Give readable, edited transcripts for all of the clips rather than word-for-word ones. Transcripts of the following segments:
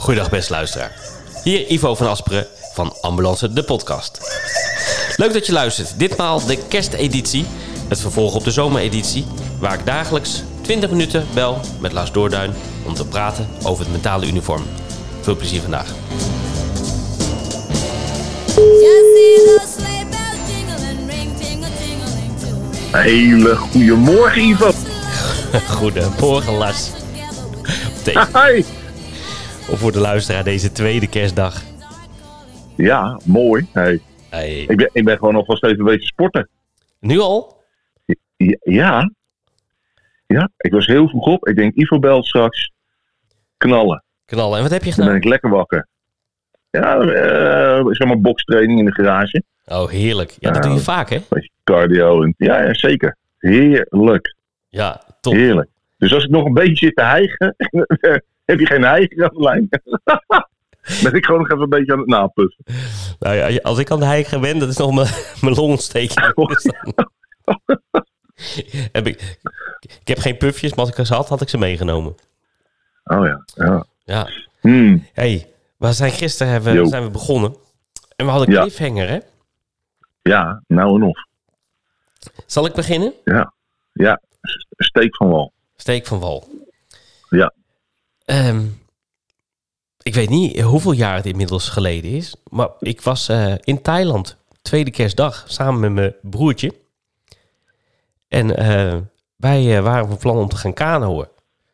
Goeiedag beste luisteraar. Hier Ivo van Asperen van Ambulance de podcast. Leuk dat je luistert. Ditmaal de kersteditie. Het vervolg op de zomereditie. Waar ik dagelijks 20 minuten bel met Lars Doorduin om te praten over het mentale uniform. Veel plezier vandaag. Hele goedemorgen, Ivo. Goedemorgen, Lars. Hi. Of voor de luisteraar deze tweede kerstdag. Ja, mooi. Hey. Hey. Ik ben gewoon alvast even een beetje sporten. Nu al? Ja. Ja, ik was heel vroeg op. Ik denk, Ivo belt straks. Knallen. Knallen. En wat heb je Dan gedaan? ben ik lekker wakker. Ja, zeg maar bokstraining in de garage. Oh, heerlijk. Ja, dat doe je vaak, hè? Beetje cardio. Ja, zeker. Heerlijk. Ja, top. Heerlijk. Dus als ik nog een beetje zit te hijgen, heb je geen hijgen aan de lijn. Ben ik gewoon nog even een beetje aan het napuffen. Nou ja, als ik aan de hijgen ben, dat is nog mijn longontsteking. Dus dan ik heb geen pufjes, maar als ik ze had ik ze meegenomen. Oh ja. Ja. Hey, we zijn gisteren zijn we begonnen. En we hadden een cliffhanger, hè? Ja, nou en of. Zal ik beginnen? Ja. Steek van wal. Steek van wal. Ja. Ik weet niet hoeveel jaar het inmiddels geleden is. Maar ik was in Thailand, tweede kerstdag, samen met mijn broertje. En wij waren van plan om te gaan kanoën.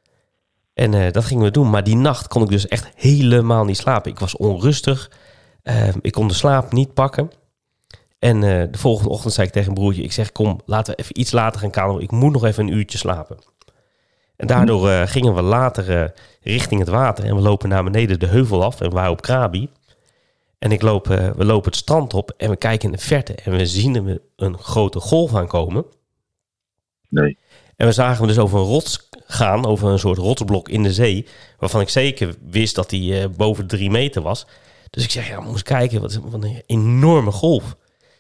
En dat gingen we doen. Maar die nacht kon ik dus echt helemaal niet slapen. Ik was onrustig. Ik kon de slaap niet pakken. En de volgende ochtend zei ik tegen mijn broertje... Ik zeg, kom, laten we even iets later gaan kanoën. Ik moet nog even een uurtje slapen. En daardoor gingen we later richting het water. En we lopen naar beneden de heuvel af. En we waren op Krabi. En we lopen het strand op. En we kijken in de verte. En we zien een grote golf aankomen. Nee. En we zagen hem dus over een rots gaan. Over een soort rotsblok in de zee. Waarvan ik zeker wist dat hij boven 3 meter was. Dus ik zeg, ja, we moeten kijken. Wat een enorme golf.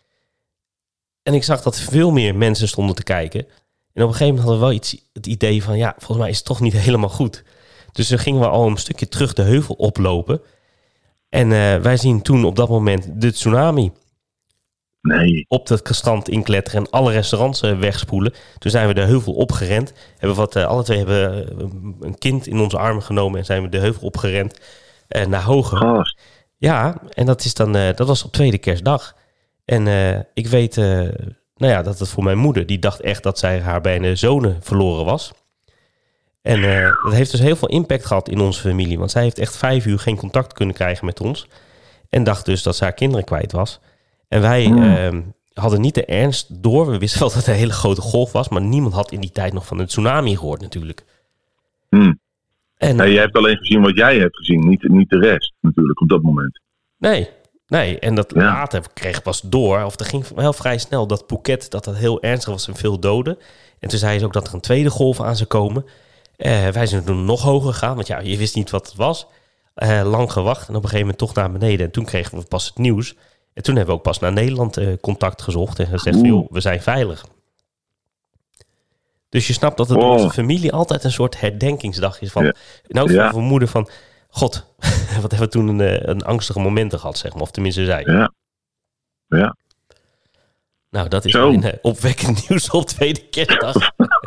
En ik zag dat veel meer mensen stonden te kijken. En op een gegeven moment hadden we wel het idee van... ja, volgens mij is het toch niet helemaal goed. Dus dan gingen we al een stukje terug de heuvel oplopen. En wij zien toen op dat moment de tsunami. Nee. Op dat strand inkletteren en alle restaurants wegspoelen. Toen zijn we de heuvel opgerend. Alle twee hebben een kind in onze armen genomen... en zijn we de heuvel opgerend naar Hoger. Gast. Ja, en dat was op tweede kerstdag. En ik weet dat het voor mijn moeder... die dacht echt dat zij haar bijna zonen verloren was. En dat heeft dus heel veel impact gehad in onze familie. Want zij heeft echt 5 uur geen contact kunnen krijgen met ons. En dacht dus dat ze haar kinderen kwijt was. En wij hadden niet de ernst door. We wisten wel dat het een hele grote golf was. Maar niemand had in die tijd nog van een tsunami gehoord natuurlijk. En jij hebt alleen gezien wat jij hebt gezien. Niet de rest natuurlijk op dat moment. Nee, en dat later kreeg ik pas door, of dat ging wel vrij snel, dat Phuket, dat heel ernstig was en veel doden. En toen zei ze ook dat er een tweede golf aan zou komen. Wij zijn toen nog hoger gegaan, want ja, je wist niet wat het was. Lang gewacht en op een gegeven moment toch naar beneden. En toen kregen we pas het nieuws. En toen hebben we ook pas naar Nederland contact gezocht en gezegd, joh, we zijn veilig. Dus je snapt dat het voor onze familie altijd een soort herdenkingsdag is van, voor mijn moeder van... God, wat hebben we toen een angstige momenten gehad, zeg maar. Of tenminste zij. Ja. Nou, dat is mijn opwekkend nieuws op tweede kerstdag.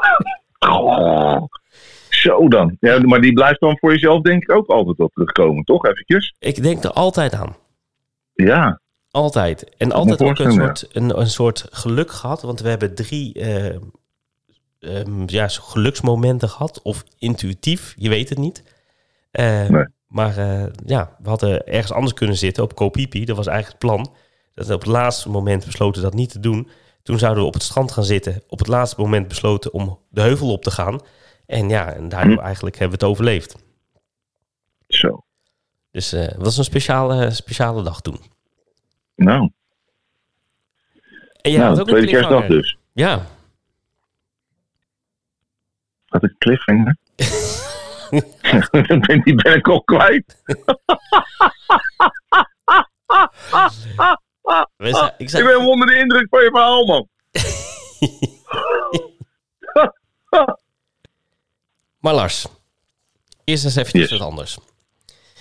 Zo dan. Ja, maar die blijft dan voor jezelf denk ik ook altijd wel terugkomen, toch? Eventjes. Ik denk er altijd aan. Ja. Altijd. En altijd ook een soort geluk gehad. Want we hebben 3 geluksmomenten gehad. Of intuïtief, je weet het niet. Nee. Maar we hadden ergens anders kunnen zitten op Koh Phi Phi. Dat was eigenlijk het plan. Dat we op het laatste moment besloten dat niet te doen. Toen zouden we op het strand gaan zitten. Op het laatste moment besloten om de heuvel op te gaan. En daardoor eigenlijk hebben we het overleefd. Zo. Dus het was een speciale dag toen. Nou. En jij had ook tweede kerstdag dus. Ja. Had ik cliffhanger? Die ben ik al kwijt. Ik ben onder de indruk van je verhaal, man. Maar Lars, eerst eens even wat anders.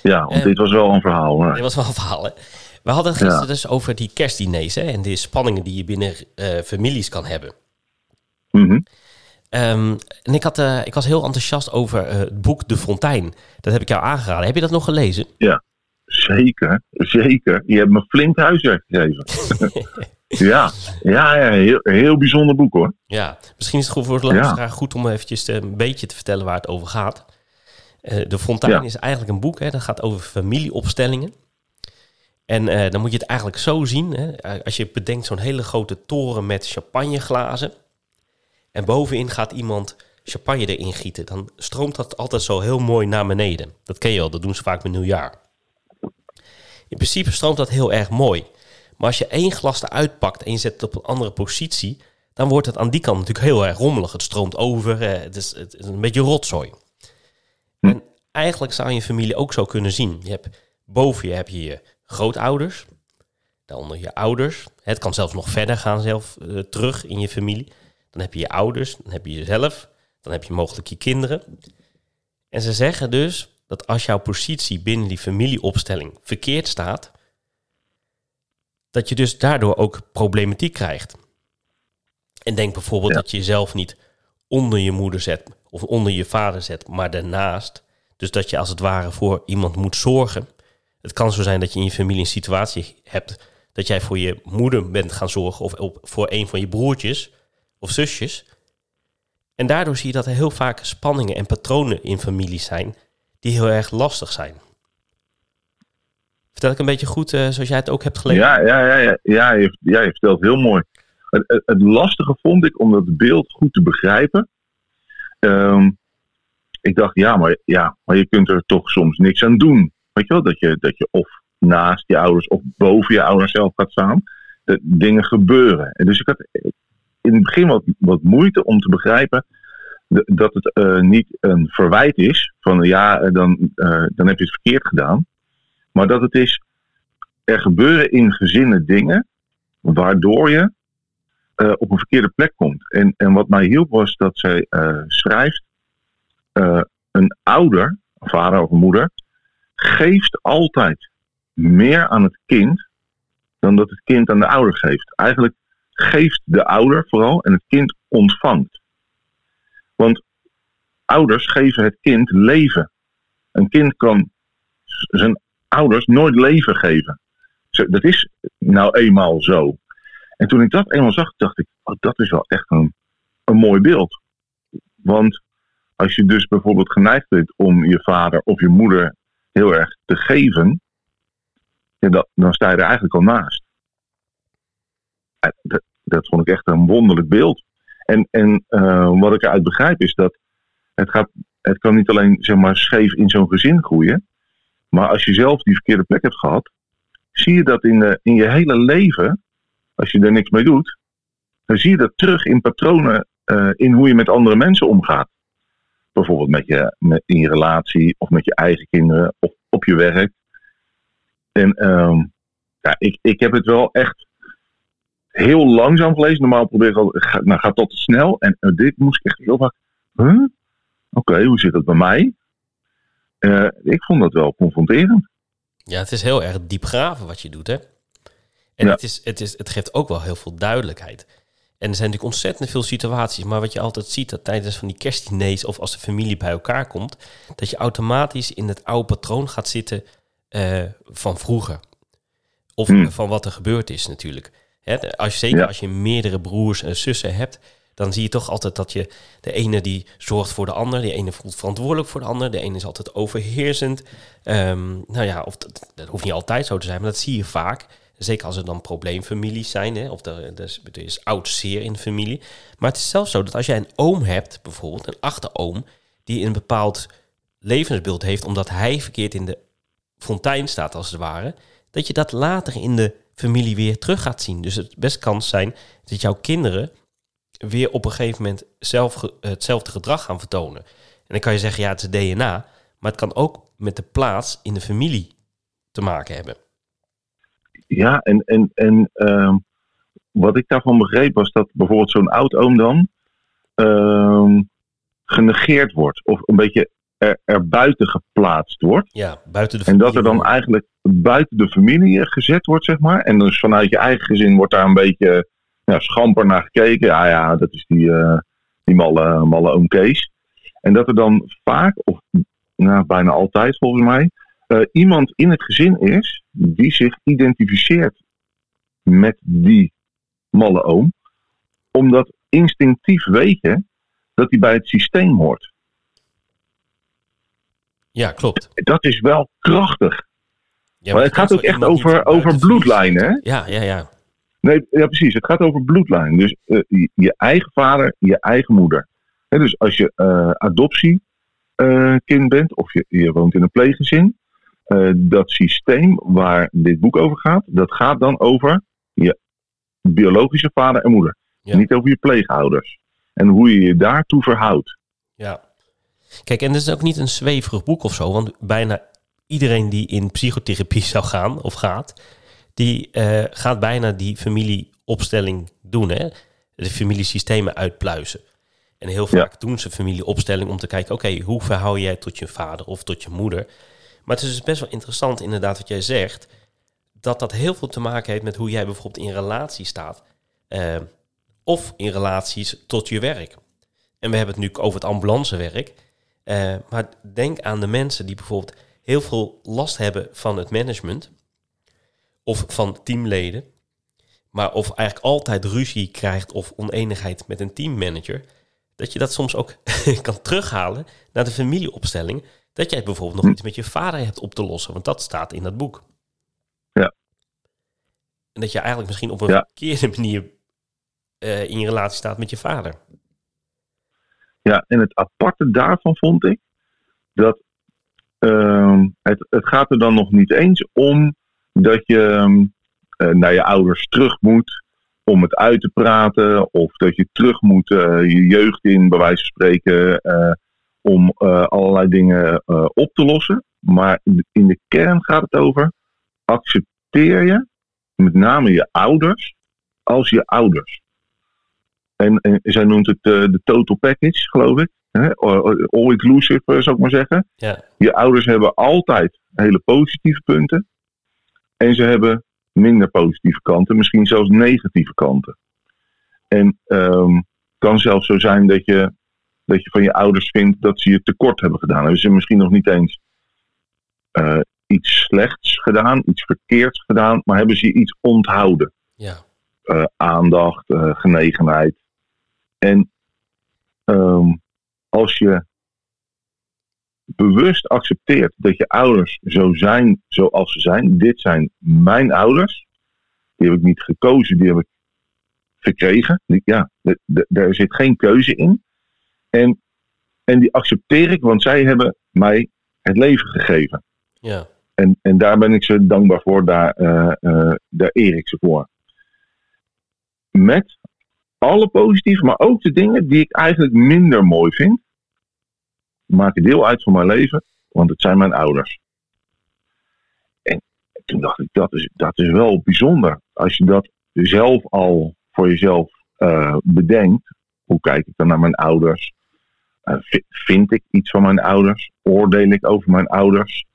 Ja, want dit was wel een verhaal. Hè? Dit was wel een verhaal, hè? We hadden het gisteren dus over die kerstdiners, hè? En de spanningen die je binnen families kan hebben. Mm-hmm. En ik was heel enthousiast over het boek De Fontein. Dat heb ik jou aangeraden. Heb je dat nog gelezen? Ja, zeker. Je hebt me flink huiswerk gegeven. Ja, heel bijzonder boek hoor. Ja, misschien is het goed voor de luisteraar goed om eventjes een beetje te vertellen waar het over gaat. De Fontein is eigenlijk een boek, hè, dat gaat over familieopstellingen. En dan moet je het eigenlijk zo zien, hè, als je bedenkt zo'n hele grote toren met champagneglazen. En bovenin gaat iemand champagne erin gieten. Dan stroomt dat altijd zo heel mooi naar beneden. Dat ken je al, dat doen ze vaak met nieuwjaar. In principe stroomt dat heel erg mooi. Maar als je één glas eruit pakt en je zet het op een andere positie, dan wordt het aan die kant natuurlijk heel erg rommelig. Het stroomt over, het is een beetje rotzooi. En eigenlijk zou je familie ook zo kunnen zien. Boven je heb je je grootouders, daaronder je ouders. Het kan zelfs nog verder gaan terug in je familie. Dan heb je je ouders, dan heb je jezelf, dan heb je mogelijk je kinderen. En ze zeggen dus dat als jouw positie binnen die familieopstelling verkeerd staat, dat je dus daardoor ook problematiek krijgt. En denk bijvoorbeeld dat je jezelf niet onder je moeder zet of onder je vader zet, maar daarnaast. Dus dat je als het ware voor iemand moet zorgen. Het kan zo zijn dat je in je familie een situatie hebt dat jij voor je moeder bent gaan zorgen of voor een van je broertjes of zusjes. En daardoor zie je dat er heel vaak spanningen en patronen in families zijn die heel erg lastig zijn. Vertel ik een beetje goed zoals jij het ook hebt gelezen? Ja, je vertelt heel mooi. Het lastige vond ik om dat beeld goed te begrijpen. Ik dacht, maar je kunt er toch soms niks aan doen. Weet je wel, dat je of naast je ouders of boven je ouders zelf gaat staan. Dat dingen gebeuren. En dus ik had in het begin wat moeite om te begrijpen dat het niet een verwijt is van dan heb je het verkeerd gedaan. Maar dat het is, er gebeuren in gezinnen dingen waardoor je op een verkeerde plek komt. En wat mij hielp was dat zij schrijft, een ouder, een vader of een moeder, geeft altijd meer aan het kind dan dat het kind aan de ouder geeft. Eigenlijk geeft de ouder vooral en het kind ontvangt. Want ouders geven het kind leven. Een kind kan zijn ouders nooit leven geven. Dat is nou eenmaal zo. En toen ik dat eenmaal zag, dacht ik, dat is wel echt een mooi beeld. Want als je dus bijvoorbeeld geneigd bent om je vader of je moeder heel erg te geven, dan sta je er eigenlijk al naast. Dat vond ik echt een wonderlijk beeld. En wat ik eruit begrijp is dat het kan niet alleen zeg maar scheef in zo'n gezin groeien, maar als je zelf die verkeerde plek hebt gehad, zie je dat in je hele leven, als je er niks mee doet, dan zie je dat terug in patronen in hoe je met andere mensen omgaat. Bijvoorbeeld in je relatie of met je eigen kinderen of op je werk. En ik heb het wel echt heel langzaam gelezen. Normaal probeer ik al, gaat dat te snel. En dit moest ik echt heel vaak, Oké, hoe zit dat bij mij? Ik vond dat wel confronterend. Ja, het is heel erg diepgraven wat je doet, hè? En het geeft ook wel heel veel duidelijkheid. En er zijn natuurlijk ontzettend veel situaties, maar wat je altijd ziet, dat tijdens van die kerstdiners of als de familie bij elkaar komt, dat je automatisch in het oude patroon gaat zitten van vroeger. Of van wat er gebeurd is natuurlijk. Als je meerdere broers en zussen hebt, dan zie je toch altijd dat je de ene die zorgt voor de ander, de ene voelt verantwoordelijk voor de ander, de ene is altijd overheersend. Of dat hoeft niet altijd zo te zijn, maar dat zie je vaak. Zeker als er dan probleemfamilies zijn, hè, of er is oud zeer in de familie. Maar het is zelfs zo dat als jij een oom hebt, bijvoorbeeld een achteroom, die een bepaald levensbeeld heeft, omdat hij verkeerd in de fontein staat als het ware, dat je dat later in de familie weer terug gaat zien. Dus het best kans zijn dat jouw kinderen weer op een gegeven moment hetzelfde gedrag gaan vertonen. En dan kan je zeggen, ja, het is DNA, maar het kan ook met de plaats in de familie te maken hebben. Ja, en wat ik daarvan begreep was dat bijvoorbeeld zo'n oud-oom dan genegeerd wordt. Of een beetje er buiten geplaatst wordt. Ja, buiten de En dat er dan eigenlijk buiten de familie gezet wordt, zeg maar. En dus vanuit je eigen gezin wordt daar een beetje schamper naar gekeken. Ja, dat is die malle oom Kees. En dat er dan vaak, of bijna altijd volgens mij, iemand in het gezin is die zich identificeert met die malle oom. Omdat instinctief weet je dat hij bij het systeem hoort. Ja, klopt. Dat is wel krachtig. Ja, maar het gaat ook echt over bloedlijnen, hè? Ja. Nee, ja, precies. Het gaat over bloedlijn. Dus je eigen vader, je eigen moeder. Hè, dus als je adoptiekind bent of je woont in een pleeggezin. Dat systeem waar dit boek over gaat, dat gaat dan over je biologische vader en moeder. Ja. Niet over je pleegouders. En hoe je je daartoe verhoudt. Ja. Kijk, en het is ook niet een zweverig boek of zo. Want bijna iedereen die in psychotherapie zou gaan of gaat, die gaat bijna die familieopstelling doen. Hè? De familiesystemen uitpluizen. En heel vaak doen ze familieopstelling om te kijken, oké, hoe verhoud jij tot je vader of tot je moeder? Maar het is dus best wel interessant inderdaad wat jij zegt, dat heel veel te maken heeft met hoe jij bijvoorbeeld in relatie staat. Of in relaties tot je werk. En we hebben het nu over het ambulancewerk. Maar denk aan de mensen die bijvoorbeeld heel veel last hebben van het management. Of van teamleden. Maar of eigenlijk altijd ruzie krijgt of oneenigheid met een teammanager. Dat je dat soms ook kan terughalen naar de familieopstelling. Dat jij bijvoorbeeld nog iets met je vader hebt op te lossen. Want dat staat in dat boek. Ja. En dat je eigenlijk misschien op een verkeerde manier in je relatie staat met je vader. Ja, en het aparte daarvan vond ik dat het gaat er dan nog niet eens om dat je naar je ouders terug moet om het uit te praten. Of dat je terug moet je jeugd in, bij wijze van spreken, om allerlei dingen op te lossen. Maar in de kern gaat het over, accepteer je, met name je ouders, als je ouders. En zij noemt het de total package, geloof ik. All inclusive, zou ik maar zeggen. Ja. Je ouders hebben altijd hele positieve punten. En ze hebben minder positieve kanten. Misschien zelfs negatieve kanten. En het kan zelfs zo zijn dat je van je ouders vindt dat ze je tekort hebben gedaan. Hebben ze misschien nog niet eens iets slechts gedaan, iets verkeerds gedaan. Maar hebben ze je iets onthouden. Ja. Aandacht, genegenheid. En als je bewust accepteert dat je ouders zo zijn zoals ze zijn. Dit zijn mijn ouders. Die heb ik niet gekozen, die heb ik gekregen. Daar zit geen keuze in. En die accepteer ik, want zij hebben mij het leven gegeven. Ja. En daar ben ik ze dankbaar voor, daar eer ik ze voor. Met alle positieve, maar ook de dingen die ik eigenlijk minder mooi vind, maken deel uit van mijn leven, want het zijn mijn ouders. En toen dacht ik, dat is wel bijzonder. Als je dat zelf al voor jezelf bedenkt, hoe kijk ik dan naar mijn ouders? Vind ik iets van mijn ouders? Oordeel ik over mijn ouders?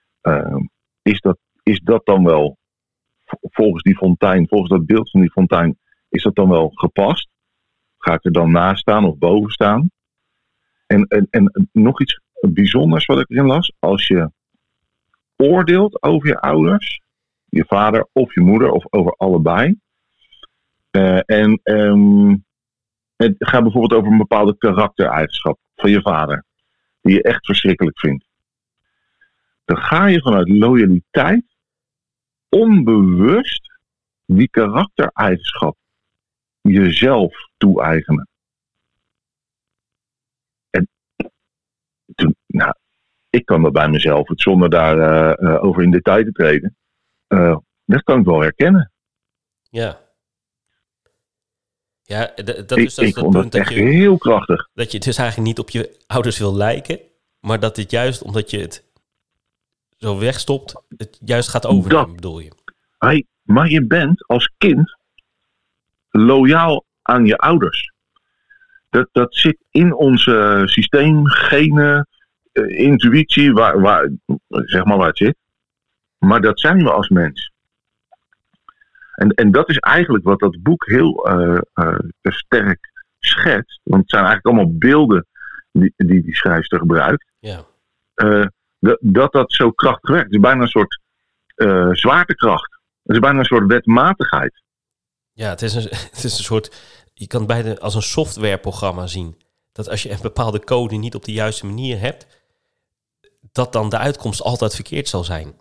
Is dat dan wel, volgens die fontein, volgens dat beeld van die fontein, is dat dan wel gepast? Ga ik er dan naast staan of boven staan? En nog iets bijzonders wat ik erin las. Als je oordeelt over je ouders, je vader of je moeder of over allebei. Het gaat bijvoorbeeld over een bepaalde karaktereigenschap van je vader. Die je echt verschrikkelijk vindt. Dan ga je vanuit loyaliteit onbewust die karaktereigenschap jezelf toe-eigenen. En toen, ik kan dat bij mezelf, zonder daar over in detail te treden. Dat kan ik wel herkennen. Ja. Ja, dat is ik vond dat echt heel krachtig. Dat je dus eigenlijk niet op je ouders wil lijken, maar dat dit juist omdat je het zo wegstopt, het juist gaat overnemen, bedoel je? Maar je bent als kind loyaal aan je ouders. Dat zit in ons systeem, genen, intuïtie, zeg maar waar het zit. Maar dat zijn we als mens. En dat is eigenlijk wat dat boek heel sterk schetst. Want het zijn eigenlijk allemaal beelden die schrijfster gebruikt. Ja. Dat zo krachtig werkt. Het is bijna een soort zwaartekracht. Het is bijna een soort wetmatigheid. Ja, het is een soort... Je kan het bijna als een softwareprogramma zien. Dat als je een bepaalde code niet op de juiste manier hebt, dat dan de uitkomst altijd verkeerd zal zijn.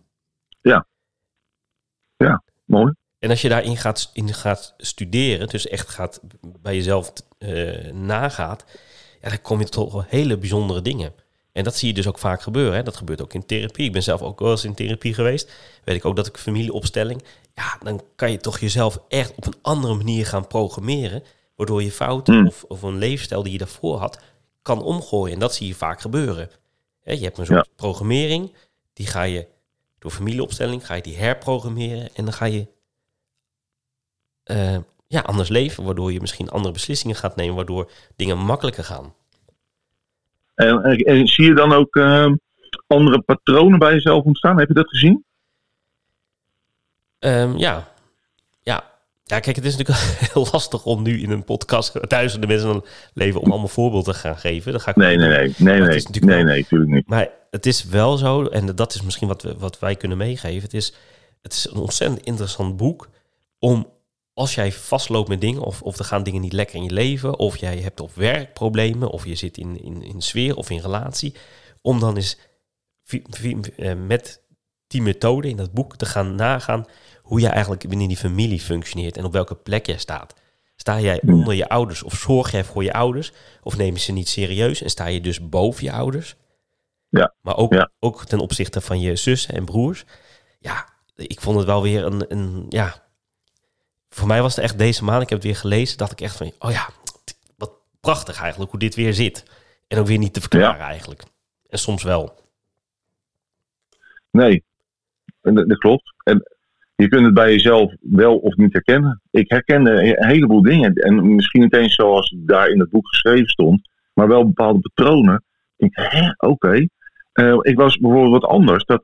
Ja, mooi. En als je daarin gaat studeren, dus echt gaat bij jezelf nagaat, ja, dan kom je tot wel hele bijzondere dingen. En dat zie je dus ook vaak gebeuren. Hè? Dat gebeurt ook in therapie. Ik ben zelf ook wel eens in therapie geweest. Weet ik ook dat ik familieopstelling... Ja, dan kan je toch jezelf echt op een andere manier gaan programmeren, waardoor je fouten of een levensstijl die je daarvoor had, kan omgooien. En dat zie je vaak gebeuren. Je hebt een soort programmering, die ga je door familieopstelling, ga je die herprogrammeren en dan ga je anders leven, waardoor je misschien andere beslissingen gaat nemen, waardoor dingen makkelijker gaan. En zie je dan ook andere patronen bij jezelf ontstaan? Heb je dat gezien? Ja, kijk, het is natuurlijk heel lastig om nu in een podcast duizenden mensen een leven om allemaal voorbeelden te gaan geven. Dat ga ik Nee, natuurlijk niet. Maar het is wel zo, en dat is misschien wat wij kunnen meegeven. Het is een ontzettend interessant boek om, als jij vastloopt met dingen, of er gaan dingen niet lekker in je leven, of jij hebt op werk problemen, of je zit in sfeer of in relatie, om dan eens met die methode in dat boek te gaan nagaan hoe jij eigenlijk binnen die familie functioneert en op welke plek jij staat. Sta jij onder je ouders of zorg jij voor je ouders? Of neem je ze niet serieus en sta je dus boven je ouders? Ja. Maar ook ten opzichte van je zussen en broers. Ja, ik vond het wel weer een voor mij was het echt deze maand, ik heb het weer gelezen, dacht ik echt van, oh ja, wat prachtig eigenlijk hoe dit weer zit. En ook weer niet te verklaren eigenlijk. En soms wel. Nee, dat klopt. En je kunt het bij jezelf wel of niet herkennen. Ik herkende een heleboel dingen. En misschien niet eens zoals daar in het boek geschreven stond. Maar wel bepaalde patronen. Ik denk, oké. Ik was bijvoorbeeld wat anders. Dat,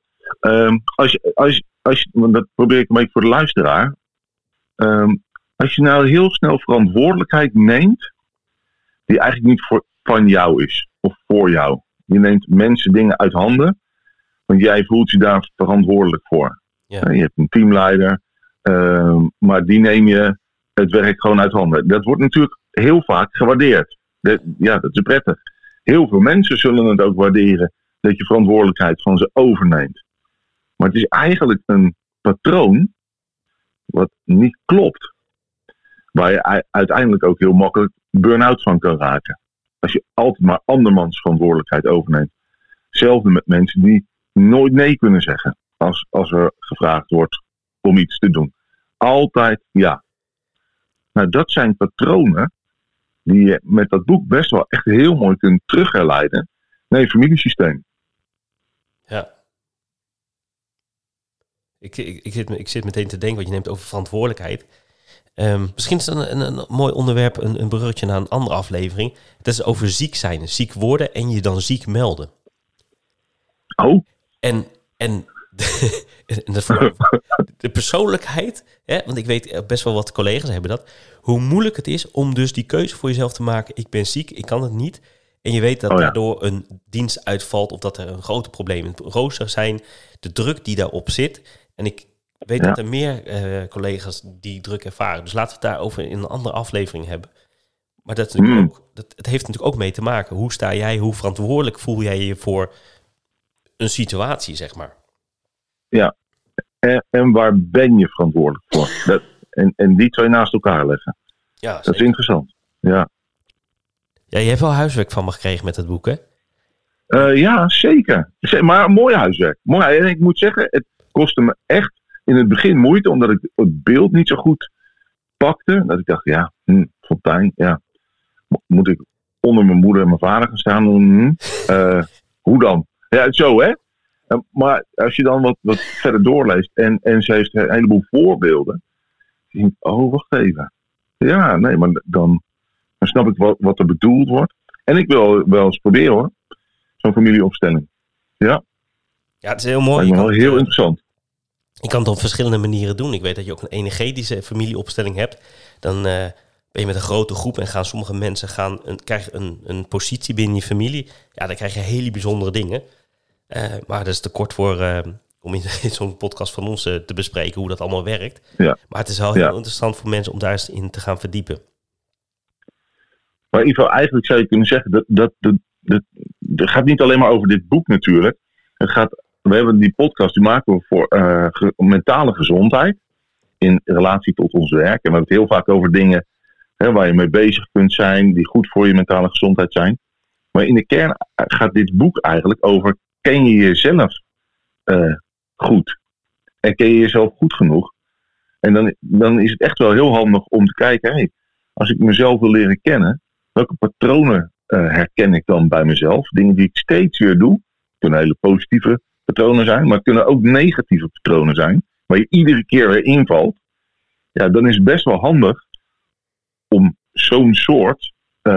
want dat probeer ik een beetje voor de luisteraar. Als je nou heel snel verantwoordelijkheid neemt, die eigenlijk niet van jou is. Of voor jou. Je neemt mensen dingen uit handen. Want jij voelt je daar verantwoordelijk voor. Ja. Je hebt een teamleider, maar die neem je het werk gewoon uit handen. Dat wordt natuurlijk heel vaak gewaardeerd. Dat is prettig. Heel veel mensen zullen het ook waarderen dat je verantwoordelijkheid van ze overneemt. Maar het is eigenlijk een patroon wat niet klopt. Waar je uiteindelijk ook heel makkelijk burn-out van kan raken. Als je altijd maar andermans verantwoordelijkheid overneemt. Hetzelfde met mensen die nooit nee kunnen zeggen. Als er gevraagd wordt om iets te doen. Altijd ja. Nou, dat zijn patronen die je met dat boek best wel echt heel mooi kunt terugherleiden naar je familiesysteem. Ja. Ik zit meteen te denken wat je neemt over verantwoordelijkheid. Misschien is het een mooi onderwerp, een bruggetje naar een andere aflevering. Dat is over ziek zijn, ziek worden en je dan ziek melden. Oh. En de persoonlijkheid, hè, want ik weet best wel wat collega's hebben dat, hoe moeilijk het is om dus die keuze voor jezelf te maken. Ik ben ziek, ik kan het niet. En je weet dat daardoor een dienst uitvalt of dat er een grote probleem in het rooster zijn. De druk die daarop zit. En ik weet dat er meer collega's die druk ervaren. Dus laten we het daarover in een andere aflevering hebben. Maar dat is natuurlijk ook, het heeft natuurlijk ook mee te maken. Hoe sta jij, hoe verantwoordelijk voel jij je voor een situatie, zeg maar? Ja. En waar ben je verantwoordelijk voor? En die twee naast elkaar leggen. Ja, dat is interessant. Ja. Ja, je hebt wel huiswerk van me gekregen met het boek, hè? Ja, zeker. Maar mooi huiswerk. Mooi. En ik moet zeggen, het kostte me echt in het begin moeite, omdat ik het beeld niet zo goed pakte. Dat ik dacht, fontein, moet ik onder mijn moeder en mijn vader gaan staan? Hoe dan? Ja, zo hè? Maar als je dan wat verder doorleest en ze heeft een heleboel voorbeelden, dan denk ik, wacht even. Ja, nee, maar dan snap ik wat er bedoeld wordt. En ik wil wel eens proberen hoor. Zo'n familieopstelling. Ja, Ja, het is heel mooi. lijkt me wel heel interessant. Je kan het op verschillende manieren doen. Ik weet dat je ook een energetische familieopstelling hebt. Dan ben je met een grote groep en gaan sommige mensen krijgen een positie binnen je familie. Ja, dan krijg je hele bijzondere dingen. Maar dat is te kort voor om in zo'n podcast van ons te bespreken hoe dat allemaal werkt. Ja. Maar het is wel heel interessant voor mensen om daar eens in te gaan verdiepen. Maar in ieder geval, eigenlijk zou je kunnen zeggen, dat het gaat niet alleen maar over dit boek natuurlijk. We hebben die podcast, die maken we voor mentale gezondheid in relatie tot ons werk. En we hebben het heel vaak over dingen waar je mee bezig kunt zijn, die goed voor je mentale gezondheid zijn. Maar in de kern gaat dit boek eigenlijk over, ken je jezelf goed? En ken je jezelf goed genoeg? En dan is het echt wel heel handig om te kijken, als ik mezelf wil leren kennen, welke patronen herken ik dan bij mezelf? Dingen die ik steeds weer doe. Het kunnen hele positieve patronen zijn, maar het kunnen ook negatieve patronen zijn, waar je iedere keer weer invalt. Ja, dan is het best wel handig om zo'n soort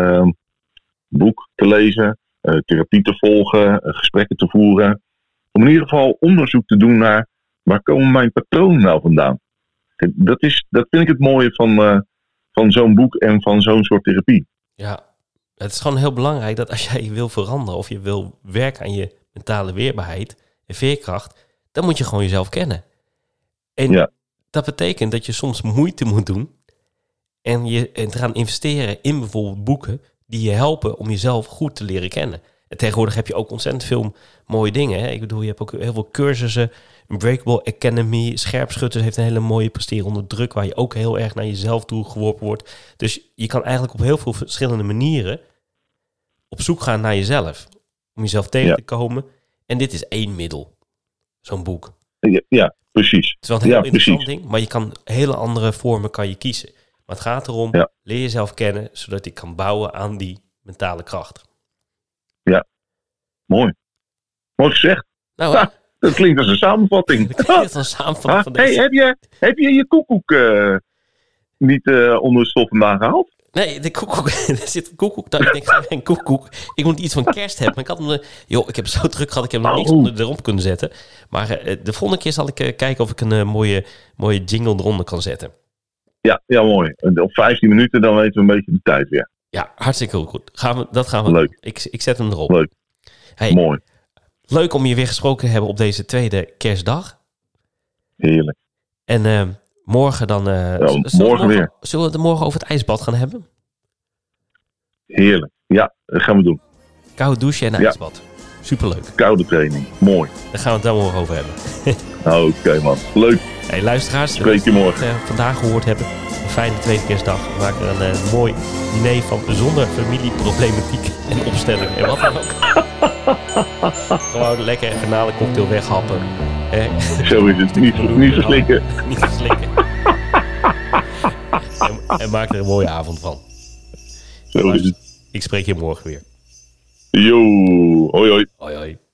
boek te lezen, therapie te volgen, gesprekken te voeren. Om in ieder geval onderzoek te doen naar, waar komen mijn patronen nou vandaan? Dat vind ik het mooie van zo'n boek en van zo'n soort therapie. Ja, het is gewoon heel belangrijk dat als jij wil veranderen of je wil werken aan je mentale weerbaarheid en veerkracht, dan moet je gewoon jezelf kennen. En dat betekent dat je soms moeite moet doen en te gaan investeren in bijvoorbeeld boeken die je helpen om jezelf goed te leren kennen. En tegenwoordig heb je ook ontzettend veel mooie dingen. Hè? Ik bedoel, je hebt ook heel veel cursussen. Unbreakable Academy, Scherpschutters heeft een hele mooie presteren onder druk, waar je ook heel erg naar jezelf toe geworpen wordt. Dus je kan eigenlijk op heel veel verschillende manieren op zoek gaan naar jezelf. Om jezelf tegen te komen. En dit is één middel. Zo'n boek. Ja, precies. Het is wel een heel interessant ding, maar je kan hele andere vormen kan je kiezen. Maar het gaat erom, leer jezelf kennen, zodat je kan bouwen aan die mentale kracht. Ja, mooi. Mooi gezegd. Nou, dat klinkt als een samenvatting. Dat klinkt als een samenvatting van deze. Heb je je koekoek niet onder de stof vandaan gehaald? Nee, de koekoek. Er zit een koekoek. Ik denk, geen koekoek. Ik moet iets van kerst hebben. Maar ik heb het zo druk gehad. Ik heb nog niks onder de romp kunnen zetten. Maar de volgende keer zal ik kijken of ik een mooie jingle eronder kan zetten. Ja, mooi. Op 15 minuten dan weten we een beetje de tijd weer. Ja, hartstikke goed. Dat gaan we leuk doen. Ik zet hem erop. Leuk. Hey, mooi. Leuk om je weer gesproken te hebben op deze tweede kerstdag. Heerlijk. En morgen dan... morgen weer. Zullen we het morgen over het ijsbad gaan hebben? Heerlijk. Ja, dat gaan we doen. Koud douchen en ijsbad. Superleuk. Koude training. Mooi. Daar gaan we het dan morgen over hebben. Oké, man. Leuk. Hey, luisteraars. Spreek je morgen. Vandaag gehoord hebben. Een fijne tweede kerstdag. We maken er een mooi diner van zonder familieproblematiek en opstelling en wat dan ook. Gewoon lekker een garnalen cocktail weghappen. Zo is het. Niet verslikken. Niet verslikken. en maak er een mooie avond van. Zo is het. Ik spreek je morgen weer. Yo, hoi hoi. Hoi hoi.